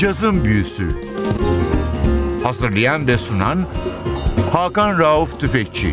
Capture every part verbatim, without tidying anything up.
Cazın Büyüsü. Hazırlayan ve sunan Hakan Rauf Tüfekçi.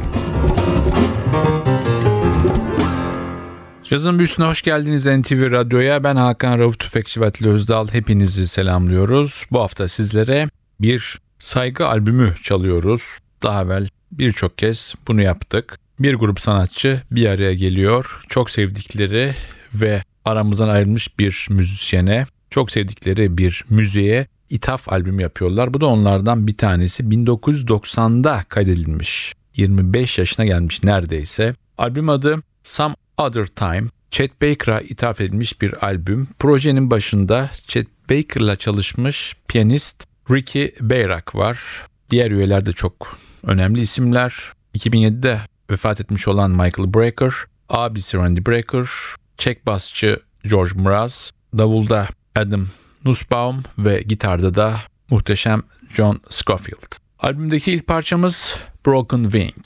Cazın Büyüsü'ne hoş geldiniz N T V Radyo'ya. Ben Hakan Rauf Tüfekçi ve Atilla Özdal. Hepinizi selamlıyoruz. Bu hafta sizlere bir saygı albümü çalıyoruz. Daha evvel birçok kez bunu yaptık. Bir grup sanatçı bir araya geliyor. Çok sevdikleri ve aramızdan ayrılmış bir müzisyene, çok sevdikleri bir müziğe ithaf albümü yapıyorlar. Bu da onlardan bir tanesi. bin dokuz yüz doksanda kaydedilmiş. yirmi beş yaşına gelmiş neredeyse. Albüm adı Some Other Time. Chet Baker'a ithaf edilmiş bir albüm. Projenin başında Chet Baker'la çalışmış piyanist Ricky Bayrak var. Diğer üyeler de çok önemli isimler. iki bin yedide vefat etmiş olan Michael Brecker, abisi Randy Brecker, Çek basçı George Mraz, davulda Adam Nussbaum ve gitarda da muhteşem John Scofield. Albümdeki ilk parçamız Broken Wing.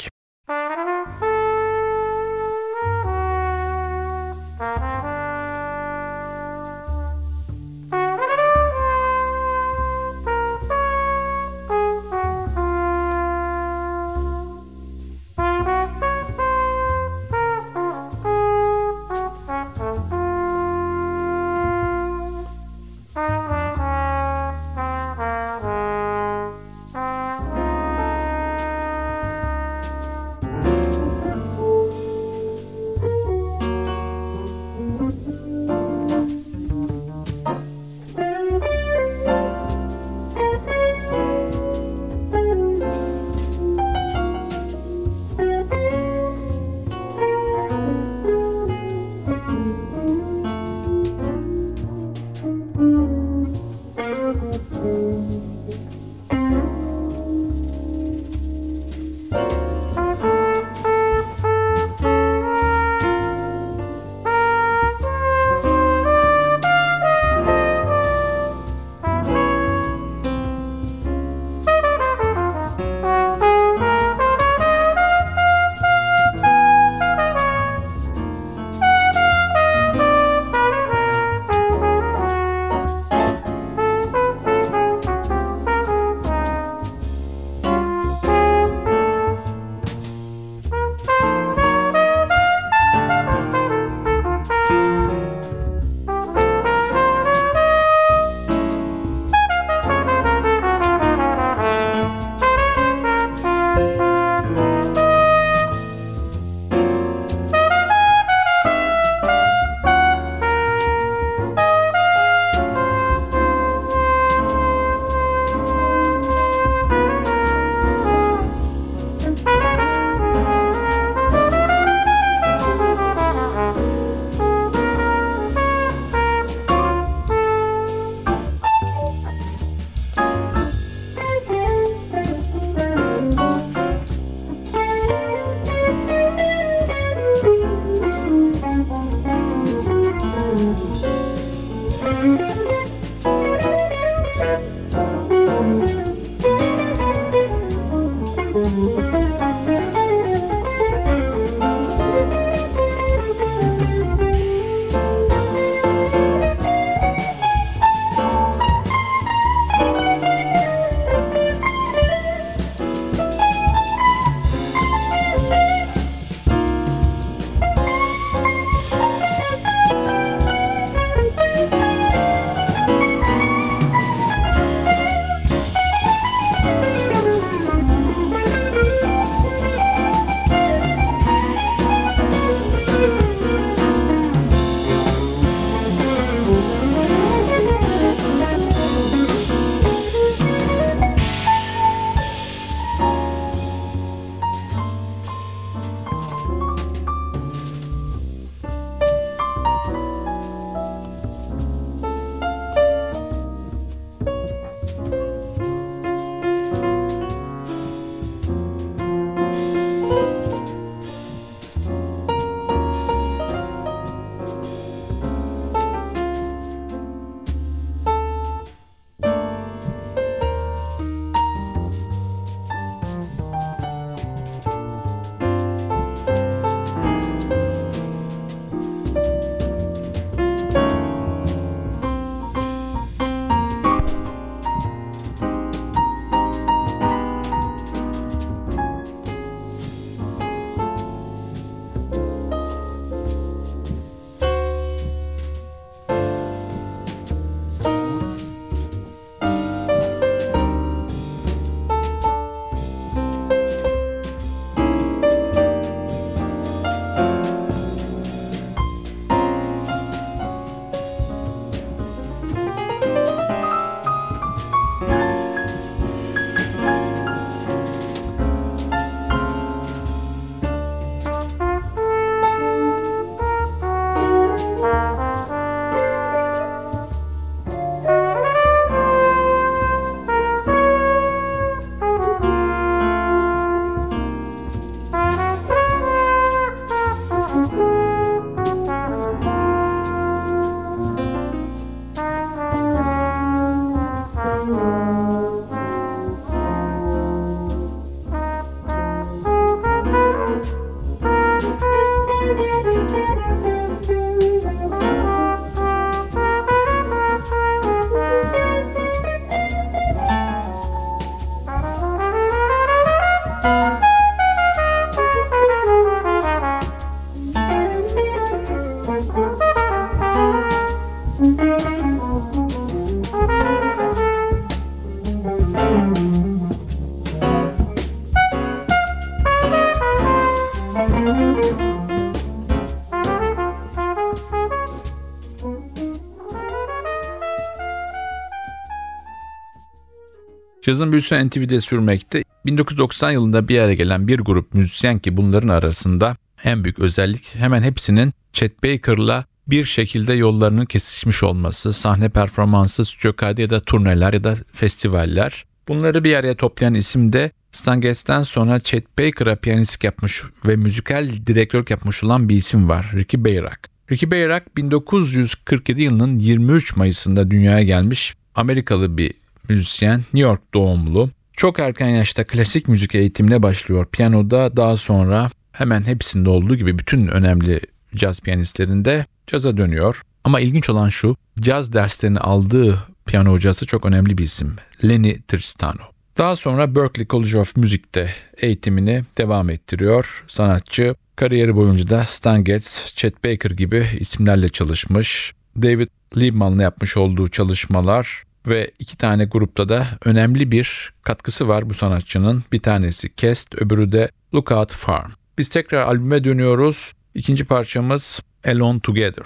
Cazın büyüsü N T V'de sürmekte. bin dokuz yüz doksan yılında bir araya gelen bir grup müzisyen ki bunların arasında en büyük özellik hemen hepsinin Chet Baker'la bir şekilde yollarının kesişmiş olması, sahne performansı, stüdyo kaydı ya da turneler ya da festivaller. Bunları bir araya toplayan isim de Stan Getz'ten sonra Chet Baker'a piyanistlik yapmış ve müzikal direktörlük yapmış olan bir isim var, Ricky Bayrak. Ricky Bayrak bin dokuz yüz kırk yedi yılının yirmi üç Mayıs'ında dünyaya gelmiş Amerikalı bir müzisyen, New York doğumlu. Çok erken yaşta klasik müzik eğitimine başlıyor piyanoda, daha sonra hemen hepsinde olduğu gibi bütün önemli caz piyanistlerinde caza dönüyor. Ama ilginç olan şu, caz derslerini aldığı piyano hocası çok önemli bir isim, Lenny Tristano. Daha sonra Berklee College of Music'te eğitimini devam ettiriyor. Sanatçı kariyeri boyunca da Stan Getz, Chet Baker gibi isimlerle çalışmış. David Liebman'la yapmış olduğu çalışmalar ve iki tane grupta da önemli bir katkısı var bu sanatçının. Bir tanesi Kest, öbürü de Lookout Farm. Biz tekrar albüme dönüyoruz. İkinci parçamız Alone Together.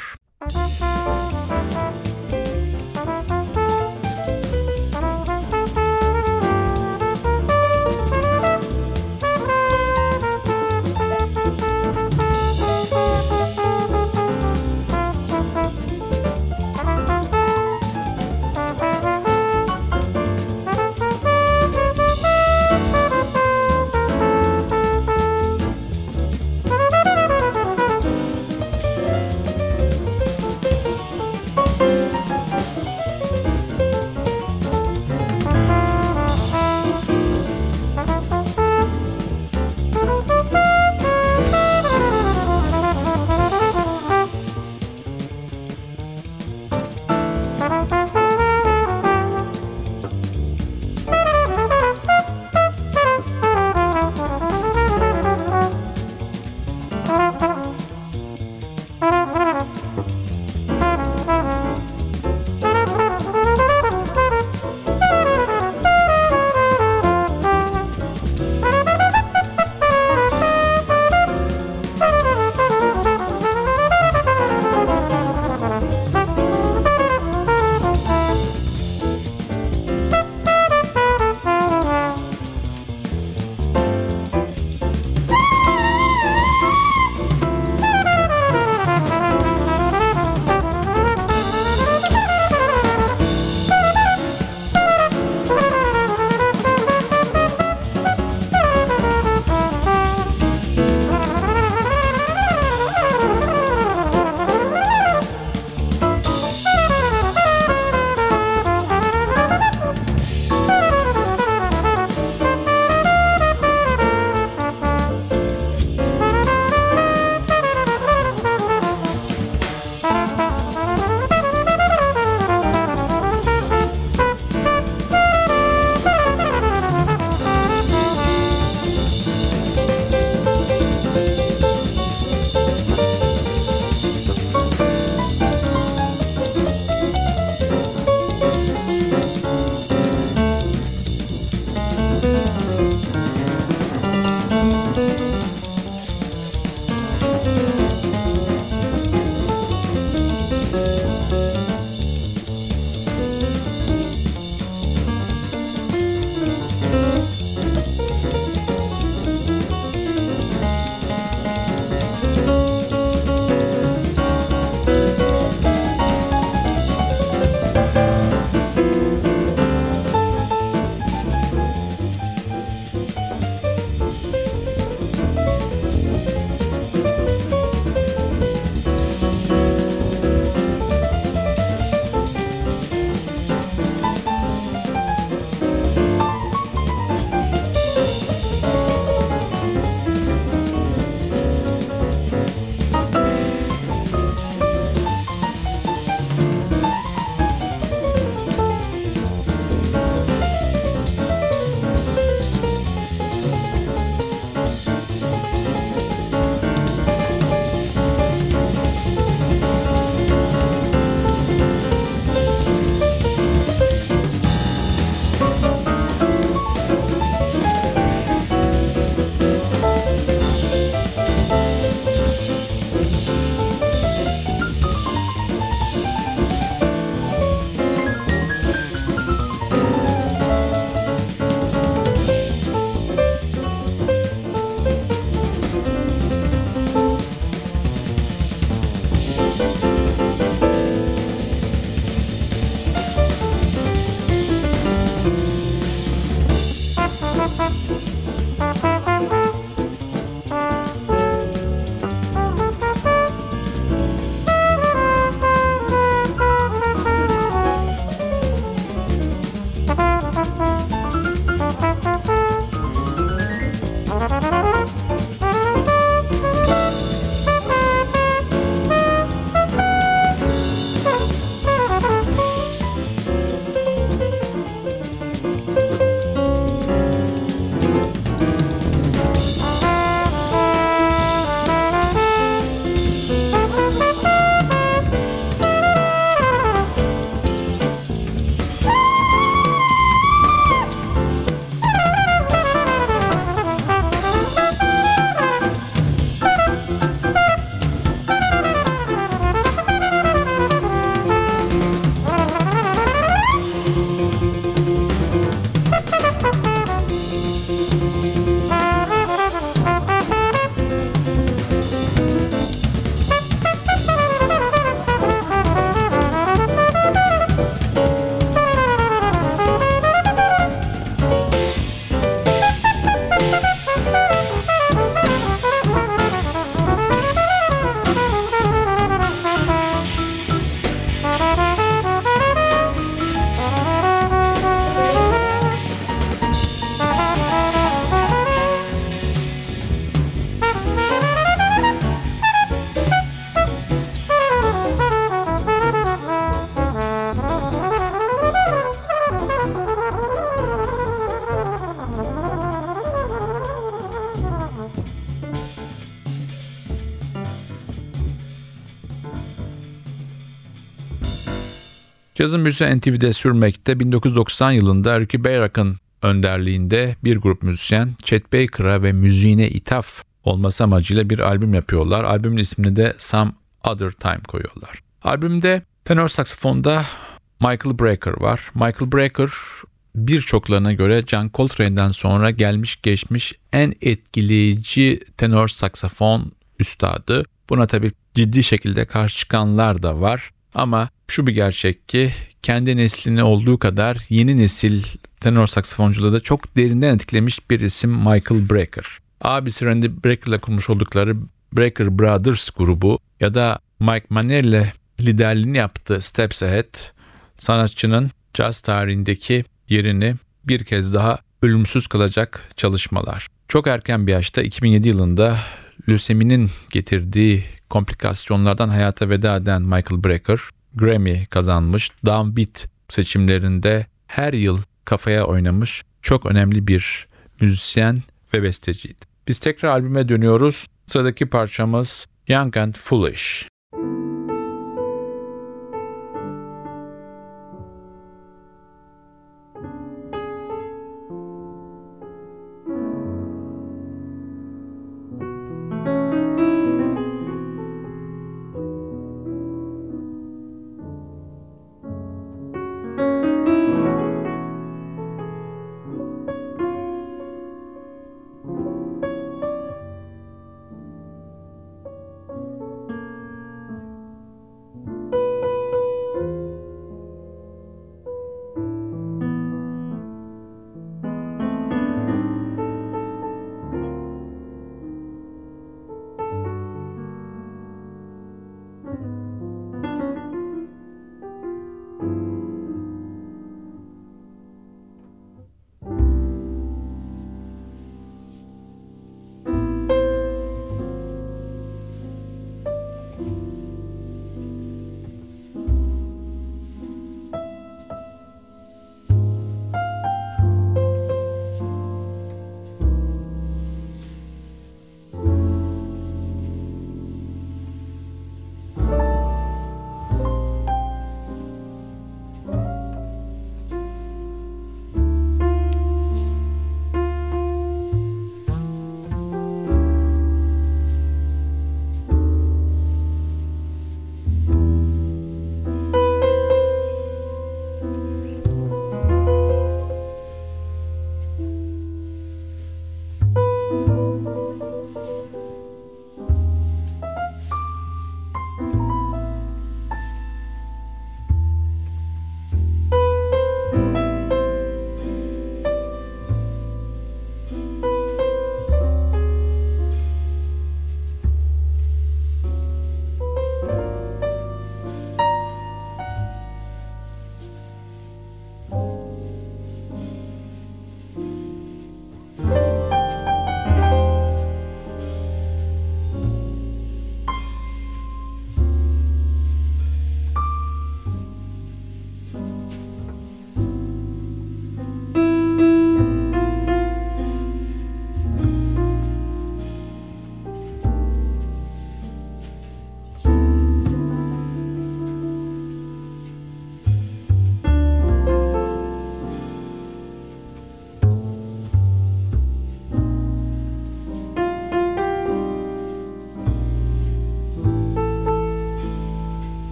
Cazın büyüsü N T V'de sürmekte. bin dokuz yüz doksan yılında Ricky Bayrak'ın önderliğinde bir grup müzisyen Chet Baker'a ve müziğine ithaf olması amacıyla bir albüm yapıyorlar. Albümün ismini de Some Other Time koyuyorlar. Albümde tenor saksafonda Michael Brecker var. Michael Brecker birçoklarına göre John Coltrane'den sonra gelmiş geçmiş en etkileyici tenor saksafon üstadı. Buna tabii ciddi şekilde karşı çıkanlar da var. Ama şu bir gerçek ki kendi neslini olduğu kadar yeni nesil tenor saksafoncuları da çok derinden etkilemiş bir isim Michael Brecker. Abisi Randy Brecker'la kurmuş oldukları Brecker Brothers grubu ya da Mike Manel'le liderliğini yaptığı Steps Ahead, sanatçının caz tarihindeki yerini bir kez daha ölümsüz kılacak çalışmalar. Çok erken bir yaşta iki bin yedi yılında löseminin getirdiği komplikasyonlardan hayata veda eden Michael Brecker, Grammy kazanmış, Downbeat seçimlerinde her yıl kafaya oynamış çok önemli bir müzisyen ve besteciydi. Biz tekrar albüme dönüyoruz. Sıradaki parçamız Young and Foolish.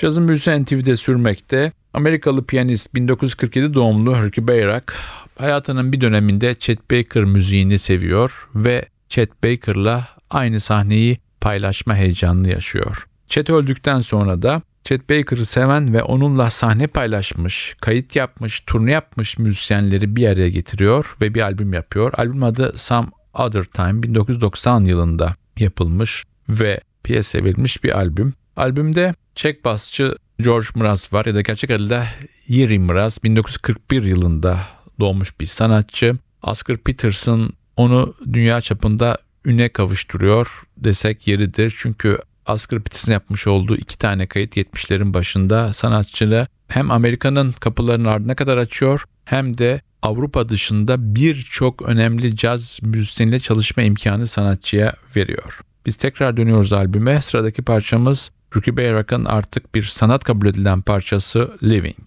Cazın büyüsü N T V'de sürmekte. Amerikalı piyanist bin dokuz yüz kırk yedi doğumlu Ricky Bayrak hayatının bir döneminde Chet Baker müziğini seviyor ve Chet Baker'la aynı sahneyi paylaşma heyecanını yaşıyor. Chet öldükten sonra da Chet Baker'ı seven ve onunla sahne paylaşmış, kayıt yapmış, turne yapmış müzisyenleri bir araya getiriyor ve bir albüm yapıyor. Albüm adı Some Other Time, bin dokuz yüz doksan yılında yapılmış ve piyasaya verilmiş bir albüm. Albümde Çek basçı George Mraz var ya da gerçek adıyla Jiří Mraz, bin dokuz yüz kırk bir yılında doğmuş bir sanatçı. Oscar Peterson onu dünya çapında üne kavuşturuyor desek yeridir. Çünkü Oscar Peterson yapmış olduğu iki tane kayıt yetmişlerin başında sanatçıyla hem Amerika'nın kapılarını ardına kadar açıyor hem de Avrupa dışında birçok önemli caz müzisyeniyle çalışma imkanı sanatçıya veriyor. Biz tekrar dönüyoruz albüme. Sıradaki parçamız Ricky Bayrak'ın artık bir sanat kabul edilen parçası Living.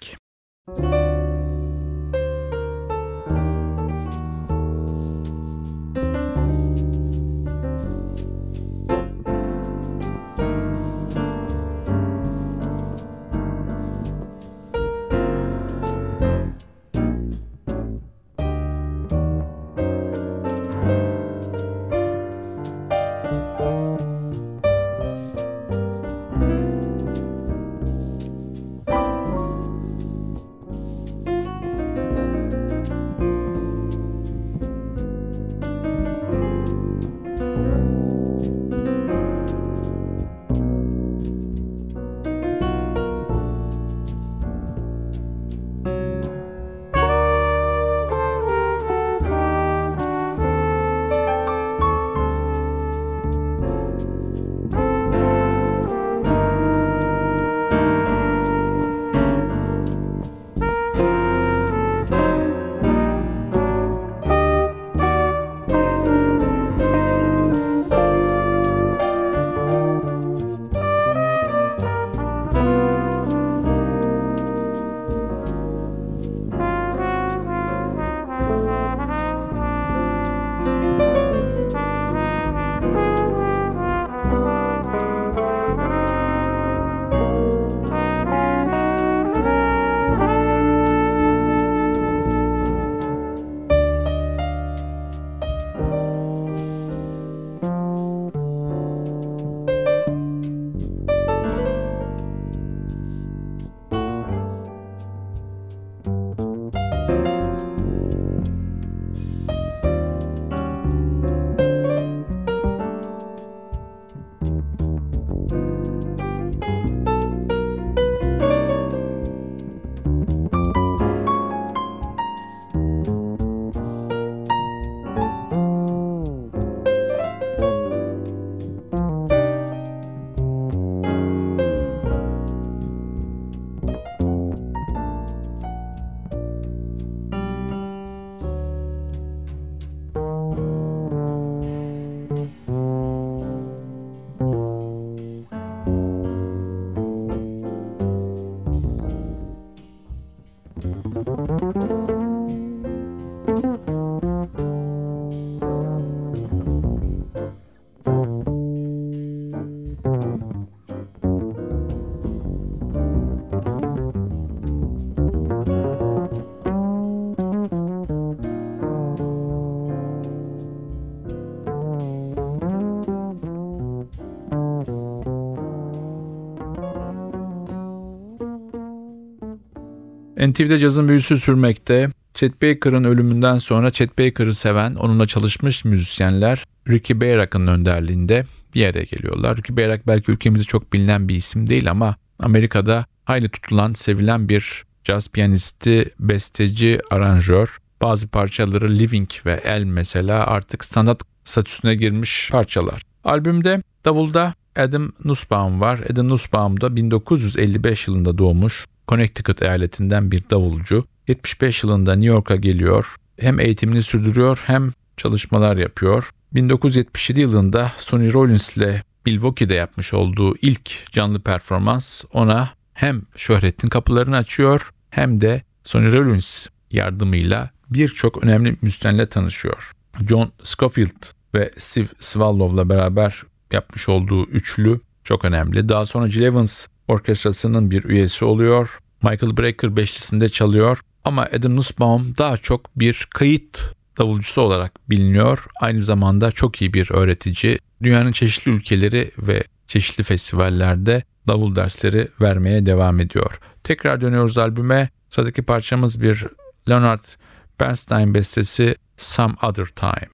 N T V'de cazın büyüsü sürmekte. Chet Baker'ın ölümünden sonra Chet Baker'ı seven, onunla çalışmış müzisyenler Ricky Bayrak'ın önderliğinde bir araya geliyorlar. Ricky Bayrak belki ülkemizde çok bilinen bir isim değil ama Amerika'da hayli tutulan, sevilen bir caz piyanisti, besteci, aranjör. Bazı parçaları Living ve El mesela artık standart statüsüne girmiş parçalar. Albümde davulda Adam Nussbaum var. Adam Nussbaum da bin dokuz yüz elli beş yılında doğmuş. Connecticut eyaletinden bir davulcu. yetmiş beş yılında New York'a geliyor. Hem eğitimini sürdürüyor hem çalışmalar yapıyor. bin dokuz yüz yetmiş yedi yılında Sonny Rollins ile Milwaukee'de yapmış olduğu ilk canlı performans ona hem şöhretin kapılarını açıyor hem de Sonny Rollins yardımıyla birçok önemli müzisyenle tanışıyor. John Scofield ve Steve Swallow'la beraber yapmış olduğu üçlü çok önemli. Daha sonra Jill Evans orkestrasının bir üyesi oluyor. Michael Brecker beşlisinde çalıyor ama Adam Nussbaum daha çok bir kayıt davulcusu olarak biliniyor. Aynı zamanda çok iyi bir öğretici. Dünyanın çeşitli ülkeleri ve çeşitli festivallerde davul dersleri vermeye devam ediyor. Tekrar dönüyoruz albüme. Sıradaki parçamız bir Leonard Bernstein bestesi Some Other Time.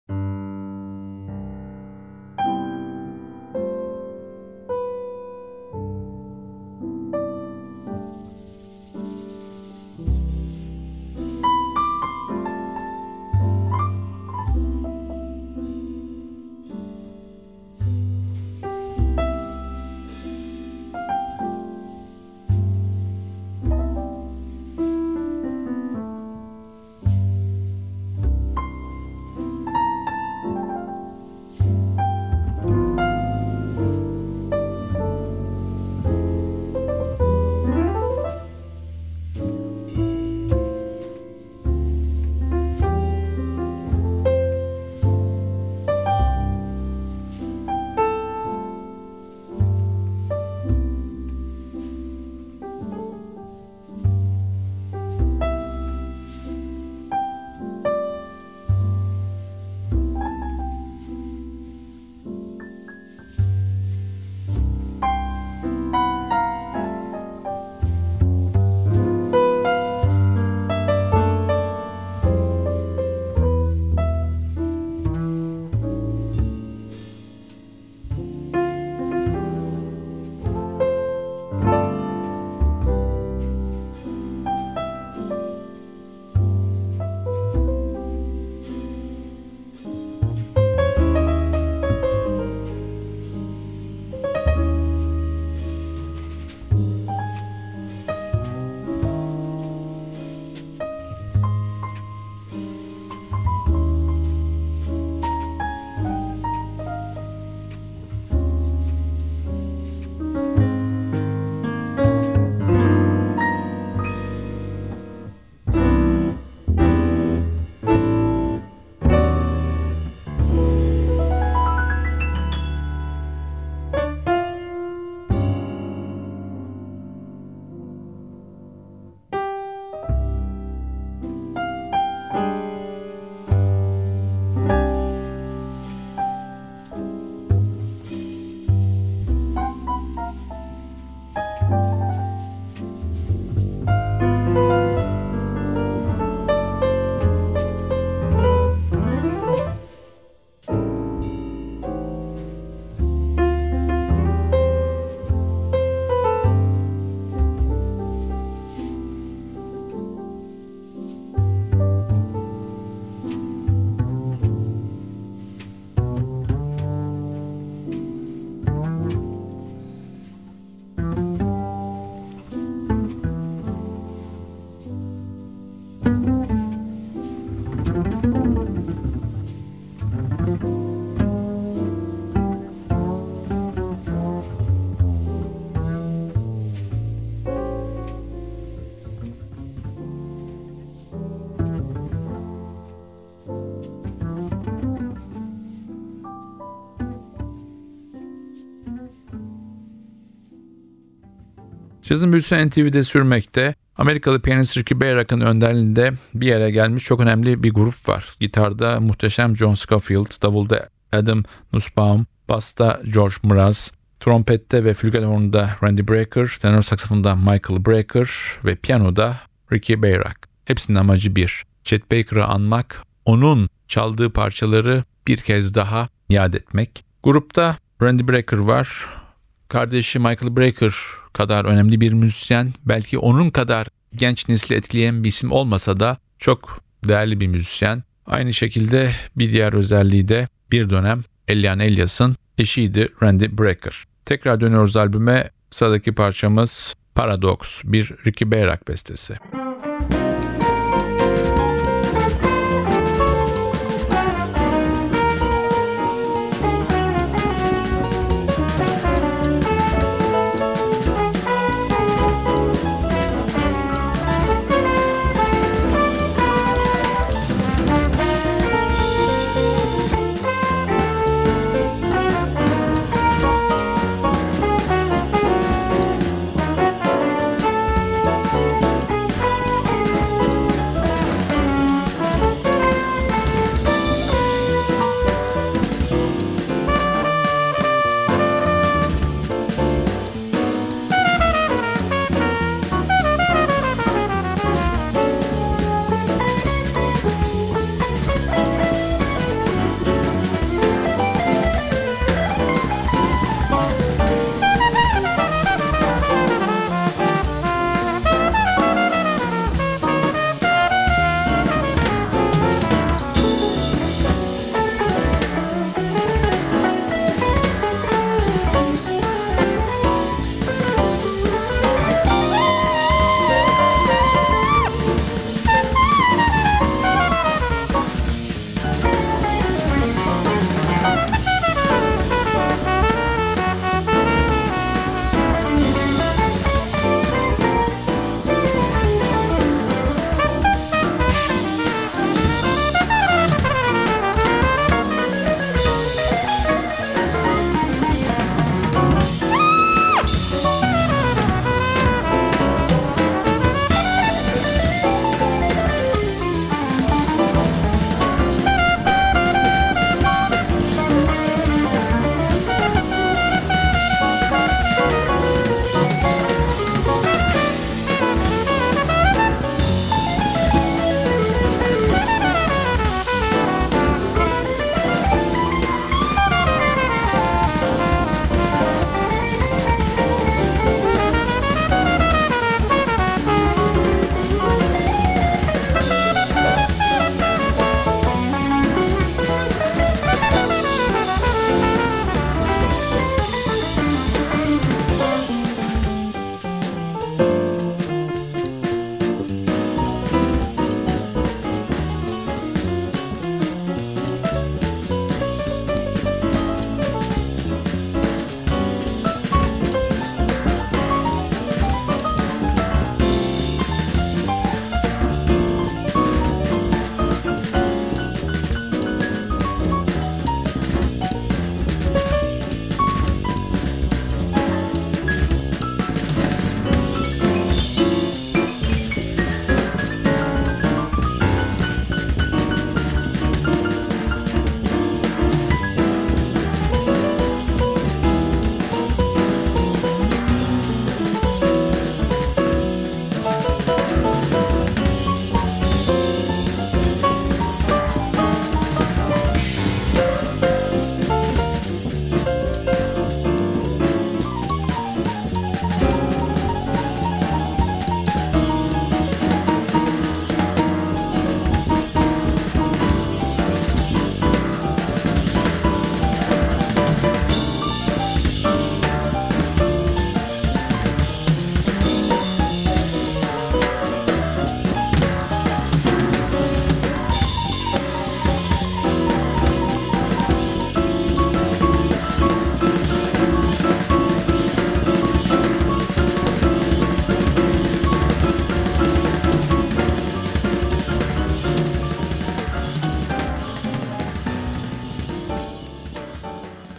Cazın büyüsü N T V'de sürmekte. Amerikalı piyanist Ricky Bayrak'ın önderliğinde bir yere gelmiş çok önemli bir grup var. Gitarda muhteşem John Scofield, davulda Adam Nussbaum, basta George Mraz, trompette ve flügelhorn'da Randy Brecker, tenor saksafonda Michael Brecker ve piyanoda Ricky Bayrak. Hepsinin amacı bir. Chet Baker'ı anmak, onun çaldığı parçaları bir kez daha yad etmek. Grupta Randy Brecker var. Kardeşi Michael Brecker kadar önemli bir müzisyen, belki onun kadar genç nesli etkileyen bir isim olmasa da çok değerli bir müzisyen. Aynı şekilde bir diğer özelliği de bir dönem Elian Elias'ın eşiydi Randy Brecker. Tekrar dönüyoruz albüme. Sıradaki parçamız Paradox, bir Ricky Bayrak bestesi.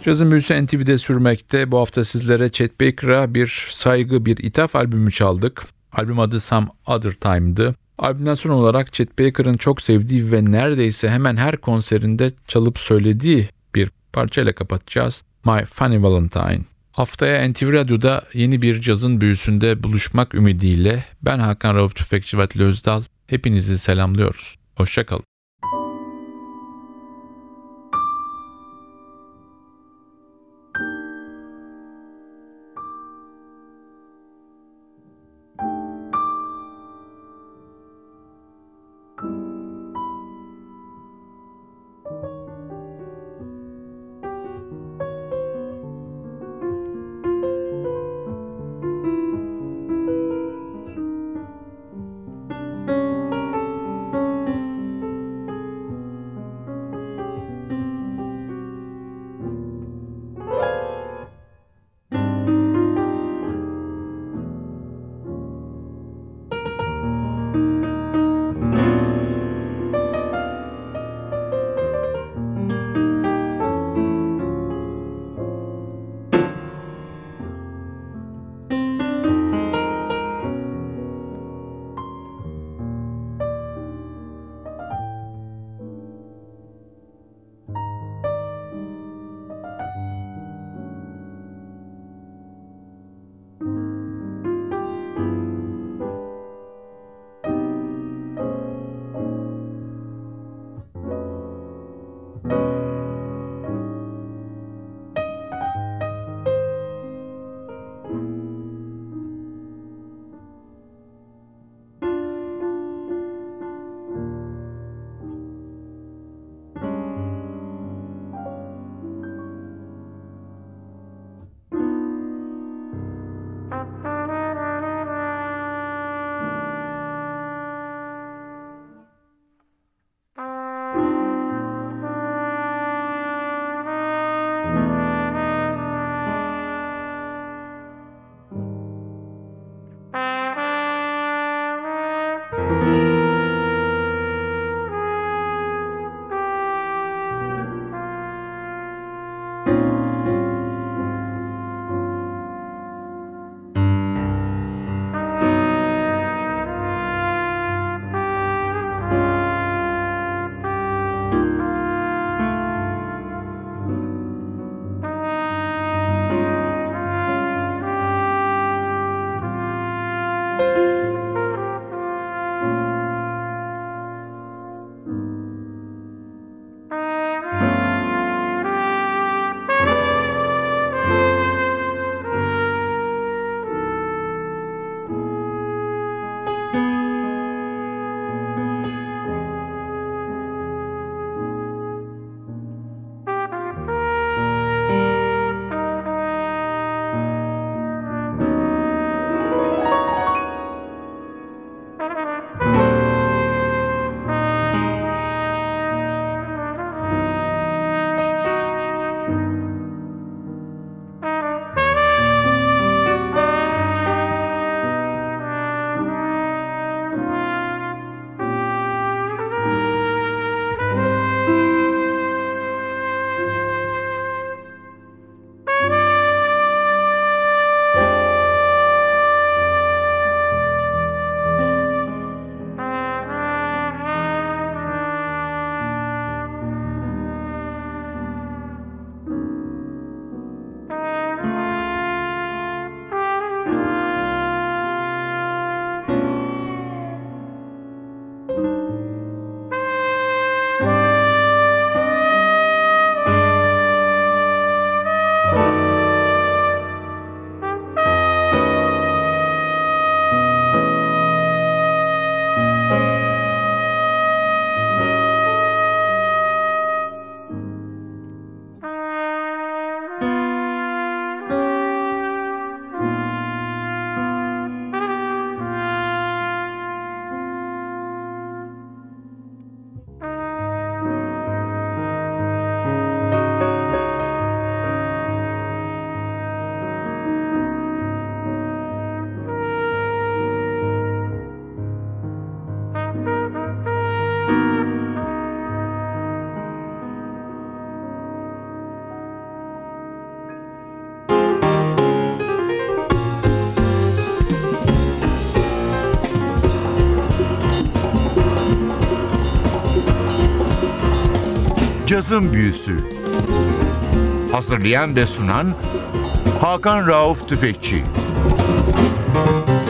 Cazın büyüsü N T V'de sürmekte. Bu hafta sizlere Chet Baker'a bir saygı, bir ithaf albümü çaldık. Albüm adı Some Other Time'dı. Albümden son olarak Chet Baker'ın çok sevdiği ve neredeyse hemen her konserinde çalıp söylediği bir parçayla kapatacağız. My Funny Valentine. Haftaya N T V Radyo'da yeni bir cazın büyüsünde buluşmak ümidiyle ben Hakan Rauf Tüfekçi ve Atilla Özdal. Hepinizi selamlıyoruz. Hoşça kalın. Cazın Büyüsü. Hazırlayan ve sunan Hakan Rauf Tüfekçi.